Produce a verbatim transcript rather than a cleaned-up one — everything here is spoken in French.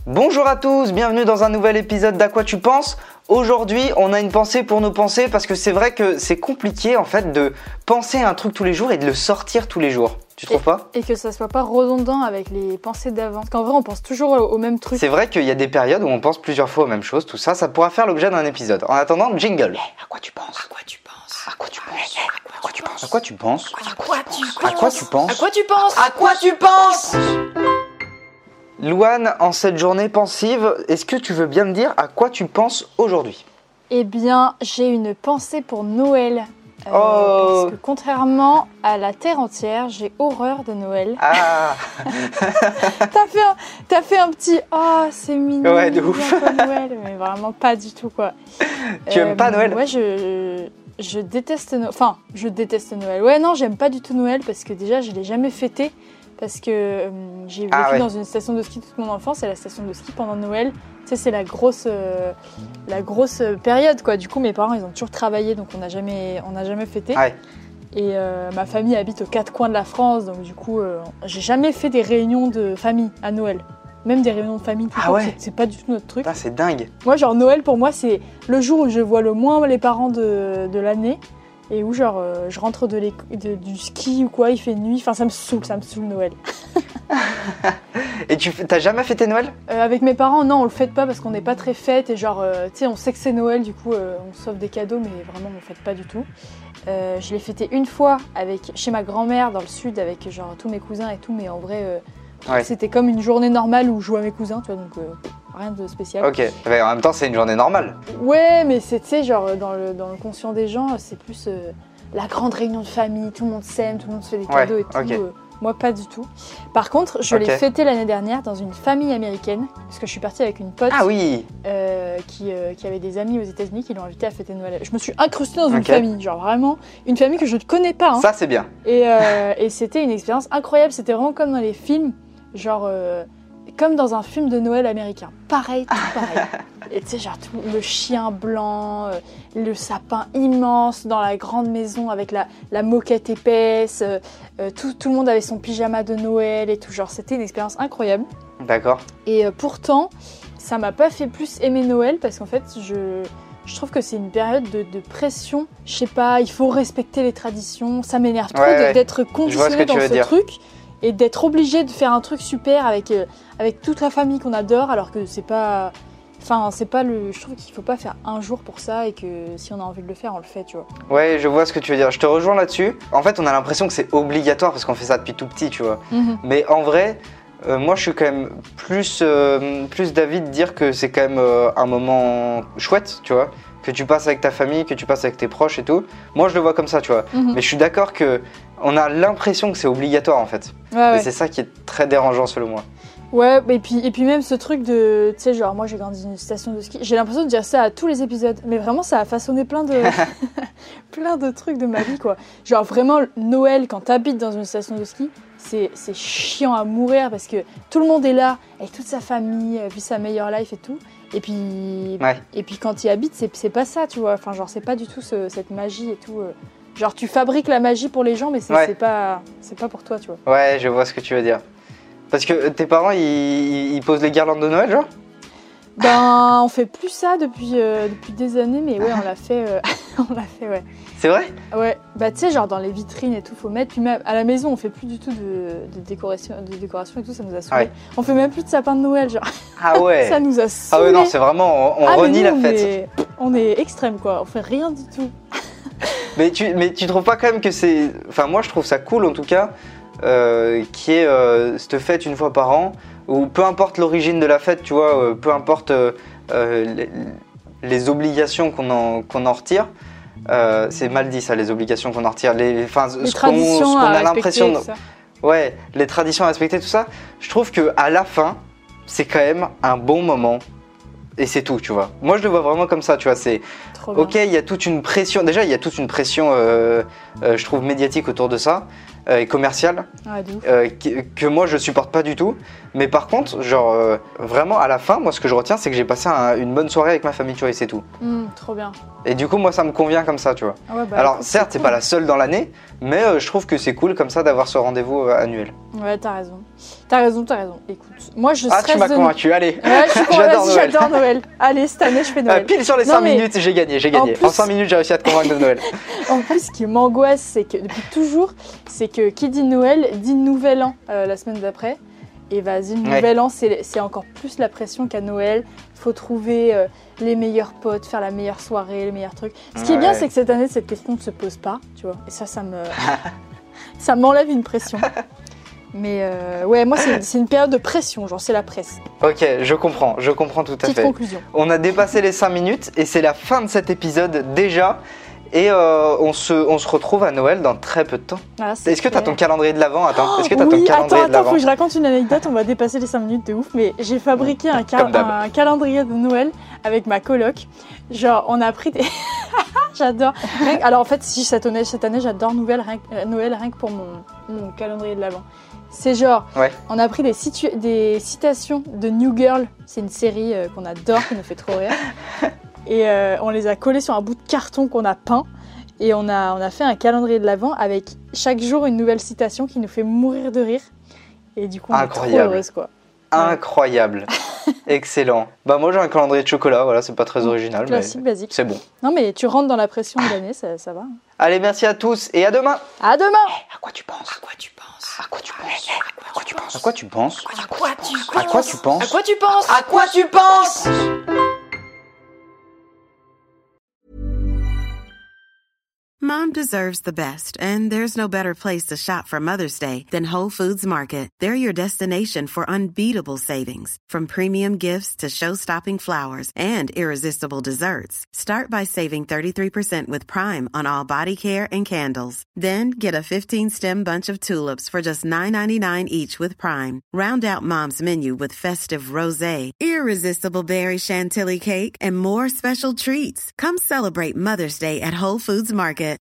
Bonjour à tous, bienvenue dans un nouvel épisode d'À quoi tu penses. Aujourd'hui, on a une pensée pour nos pensées parce que c'est vrai que c'est compliqué en fait de penser à un truc tous les jours et de le sortir tous les jours. Tu trouves et, pas? Et que ça soit pas redondant avec les pensées d'avant. Parce qu'en vrai, on pense toujours au, au même truc. C'est vrai qu'il y a des périodes où on pense plusieurs fois aux mêmes choses. Tout ça, ça pourra faire l'objet d'un épisode. En attendant, jingle. Hey, à quoi tu penses? À quoi tu penses? À quoi tu penses? Hey, à quoi tu penses? À quoi tu penses? À quoi tu penses? À quoi tu penses? À quoi tu penses? À quoi tu penses? Louane, en cette journée pensive, est-ce que tu veux bien me dire à quoi tu penses aujourd'hui? Eh bien, j'ai une pensée pour Noël. Euh, Oh. Parce que contrairement à la terre entière, j'ai horreur de Noël. Ah. T'as fait, un- t'as fait un petit « Oh, c'est mignon, Ouais, de ouf. bien comme Noël », mais vraiment pas du tout, quoi. Tu aimes pas Noël? Ouais, je, je déteste Noël. Enfin, je déteste Noël. Ouais, non, j'aime pas du tout Noël parce que déjà, je l'ai jamais fêté. Parce que euh, j'ai vécu Ah ouais. dans une station de ski toute mon enfance et la station de ski pendant Noël, tu sais, c'est la grosse, euh, la grosse période, quoi. Du coup, mes parents, ils ont toujours travaillé, donc on n'a jamais, on n'a jamais fêté. Ouais. Et euh, ma famille habite aux quatre coins de la France, donc du coup, euh, j'ai jamais fait des réunions de famille à Noël. Même des réunions de famille, tout Ah court, ouais. c'est- c'est pas du tout notre truc. Putain, c'est dingue. Moi, genre, Noël, pour moi, c'est le jour où je vois le moins les parents de, de l'année et où, genre, euh, je rentre de l'éco- de- du ski ou quoi, il fait nuit. Enfin, ça me saoule, ça me saoule Noël. Et tu t'as jamais fêté Noël? Euh, avec mes parents, non, on le fête pas parce qu'on n'est pas très fête et genre, euh, tu sais, on sait que c'est Noël, du coup, euh, on s'offre des cadeaux, mais vraiment, on le fête pas du tout. Euh, je l'ai fêté une fois avec, chez ma grand-mère dans le sud avec genre tous mes cousins et tout, mais en vrai, euh, Ouais. c'était comme une journée normale où je jouais à mes cousins, tu vois, donc euh, rien de spécial. Ok. Ouais, en même temps, c'est une journée normale. Ouais, mais c'est, tu sais, genre, dans le, dans le conscient des gens, c'est plus euh, la grande réunion de famille, tout le monde s'aime, tout le monde se fait des Ouais, cadeaux et tout. ok. euh, moi, pas du tout. Par contre, je l'ai Ok. fêté l'année dernière dans une famille américaine, parce que je suis partie avec une pote Ah oui. euh, qui, euh, qui avait des amis aux États-Unis qui l'ont invitée à fêter Noël. Je me suis incrustée dans une Ok. famille, genre vraiment une famille que je ne connais pas. hein. Ça, c'est bien. Et, euh, et c'était une expérience incroyable. C'était vraiment comme dans les films, genre euh, comme dans un film de Noël américain. Pareil, tout pareil. Et tu sais, genre tout, le chien blanc, euh, le sapin immense dans la grande maison avec la, la moquette épaisse. euh, euh, tout, tout le monde avait son pyjama de Noël et tout. Genre, c'était une expérience incroyable. D'accord. Et euh, pourtant, ça m'a pas fait plus aimer Noël parce qu'en fait, je, je trouve que c'est une période de, de pression. Je sais pas, il faut respecter les traditions. Ça m'énerve trop Ouais, de- ouais. d'être Je vois ce conditionné que tu dans veux ce dire. truc et d'être obligé de faire un truc super avec, euh, avec toute la famille qu'on adore alors que c'est pas. Enfin, c'est pas le. Je trouve qu'il faut pas faire un jour pour ça et que si on a envie de le faire, on le fait, tu vois. Ouais, je vois ce que tu veux dire. Je te rejoins là-dessus. En fait, on a l'impression que c'est obligatoire parce qu'on fait ça depuis tout petit, tu vois. Mais en vrai, euh, moi, je suis quand même plus, euh, plus d'avis de dire que c'est quand même euh, un moment chouette, tu vois. Que tu passes avec ta famille, que tu passes avec tes proches et tout. Moi, je le vois comme ça, tu vois. Mhm. Mais je suis d'accord que on a l'impression que c'est obligatoire, en fait. Ouais, ouais. Et c'est ça qui est très dérangeant, selon moi. Ouais, et puis, et puis même ce truc de, tu sais, genre moi j'ai grandi dans une station de ski, j'ai l'impression de dire ça à tous les épisodes, mais vraiment ça a façonné plein de, plein de trucs de ma vie, quoi. Genre vraiment, Noël, quand t'habites dans une station de ski, c'est, c'est chiant à mourir parce que tout le monde est là, avec toute sa famille, euh, vit sa meilleure life et tout, et puis, Ouais. et puis quand tu y habites, c'est, c'est pas ça, tu vois, enfin genre c'est pas du tout ce- cette magie et tout. euh. Genre tu fabriques la magie pour les gens, mais c'est, Ouais. c'est pas, c'est pas pour toi, tu vois. Ouais, je vois ce que tu veux dire. Parce que tes parents, ils, ils posent les guirlandes de Noël, genre? Ben, on fait plus ça depuis, euh, depuis des années, mais ouais, on l'a fait, euh, on l'a fait, ouais. C'est vrai? Ouais, bah tu sais, genre dans les vitrines et tout, faut mettre. Puis même à la maison, on fait plus du tout de, de, décoration, de décoration et tout, ça nous a saoulé. Ouais. On fait même plus de sapin de Noël, genre. Ah ouais. Ça nous a Ah saoulé. ouais, non, c'est vraiment, on, on Ah, mais renie nous, la on fête. est- On est extrême, quoi. On fait rien du tout. Mais tu, mais tu trouves pas quand même que c'est... Enfin, moi, je trouve ça cool, en tout cas, euh, qui est euh, cette fête une fois par an, où peu importe l'origine de la fête, tu vois, euh, peu importe euh, euh, les, les obligations qu'on en, qu'on en retire, euh, c'est mal dit ça, les obligations qu'on en retire, les, enfin, Les ce qu'on, traditions ce qu'on à a respecter, l'impression... tout de- ça. Ouais, les traditions à respecter, tout ça, je trouve qu'à la fin, c'est quand même un bon moment. Et c'est tout, tu vois. Moi, je le vois vraiment comme ça, tu vois. C'est Trop bien. ok, il y a toute une pression. Déjà, il y a toute une pression, euh, euh, je trouve, médiatique autour de ça. euh, et commercial Ah, de ouf. euh, que, que moi je supporte pas du tout. Mais par contre, genre euh, vraiment à la fin, moi ce que je retiens, c'est que j'ai passé un- une bonne soirée avec ma famille, tu vois, et c'est tout. Hum, trop bien. Et du coup, moi ça me convient comme ça, tu vois. Ah ouais, bah, Alors écoute, certes, c'est cool. pas la seule dans l'année, mais euh, je trouve que c'est cool comme ça d'avoir ce rendez-vous euh, annuel. Ouais, t'as raison. T'as raison, t'as raison. Écoute, moi je Ah, stresse tu m'as de... convaincu, allez. Ouais, je suis con- J'adore vas-y, Noël. j'adore Noël. Allez, cette année, je fais Euh, Noël. pile sur les Non, cinq mais- minutes, j'ai gagné, j'ai En gagné. En, plus- cinq minutes, j'ai réussi à te convaincre de Noël. En plus, ce qui m'angoisse, c'est que depuis toujours, c'est que qui dit Noël dit Nouvel An euh, la semaine d'après. Et vas-y, le Ouais. Nouvel An, c'est c'est encore plus la pression qu'à Noël. Il faut trouver euh, les meilleurs potes, faire la meilleure soirée, les meilleurs trucs. Ce qui est bien, Ouais. c'est que cette année, cette question ne se pose pas, tu vois. Et ça, ça me, ça m'enlève une pression. Mais euh, ouais, moi, c'est c'est une période de pression, genre c'est la presse. Ok, je comprends, je comprends tout à Petite fait. conclusion. On a dépassé les cinq minutes et c'est la fin de cet épisode déjà. Et euh, on, se, on se retrouve à Noël dans très peu de temps. Voilà, c'est Est-ce que tu as clair. ton calendrier de l'avant? Attends, est-ce que tu as oui, ton calendrier attends, de attends, l'avant? faut que je raconte une anecdote, on va dépasser les cinq minutes de ouf, mais j'ai fabriqué un, cal- Comme d'hab. un calendrier de Noël avec ma coloc. Genre, on a pris des... J'adore. Rien que- Alors en fait, si cette année, cette année j'adore Noël rien, que- euh, Noël rien que pour mon, mon calendrier de l'avant. C'est genre, Ouais. on a pris des, situ- des citations de New Girl, c'est une série euh, qu'on adore, qui nous fait trop rire. Et euh, on les a collées sur un bout de carton qu'on a peint. Et on a, on a fait un calendrier de l'Avent avec chaque jour une nouvelle citation qui nous fait mourir de rire. Et du coup, on est trop Incroyable. heureuse, quoi. Incroyable. Excellent. Bah moi j'ai un calendrier de chocolat, voilà, c'est pas très original, Classique, mais basique. c'est bon. Non, mais tu rentres dans la pression de l'année, ça, ça va. Allez, merci à tous et à demain. À demain! À quoi tu penses? À quoi tu penses? À quoi tu penses? À quoi tu penses? À quoi tu penses? À quoi tu penses? À quoi tu penses? À quoi tu penses? À quoi tu penses? Mom deserves the best, and there's no better place to shop for Mother's Day than Whole Foods Market. They're your destination for unbeatable savings, from premium gifts to show-stopping flowers and irresistible desserts. Start by saving thirty-three percent with Prime on all body care and candles. Then get a fifteen-stem bunch of tulips for just nine ninety-nine each with Prime. Round out Mom's menu with festive rosé, irresistible berry chantilly cake, and more special treats. Come celebrate Mother's Day at Whole Foods Market.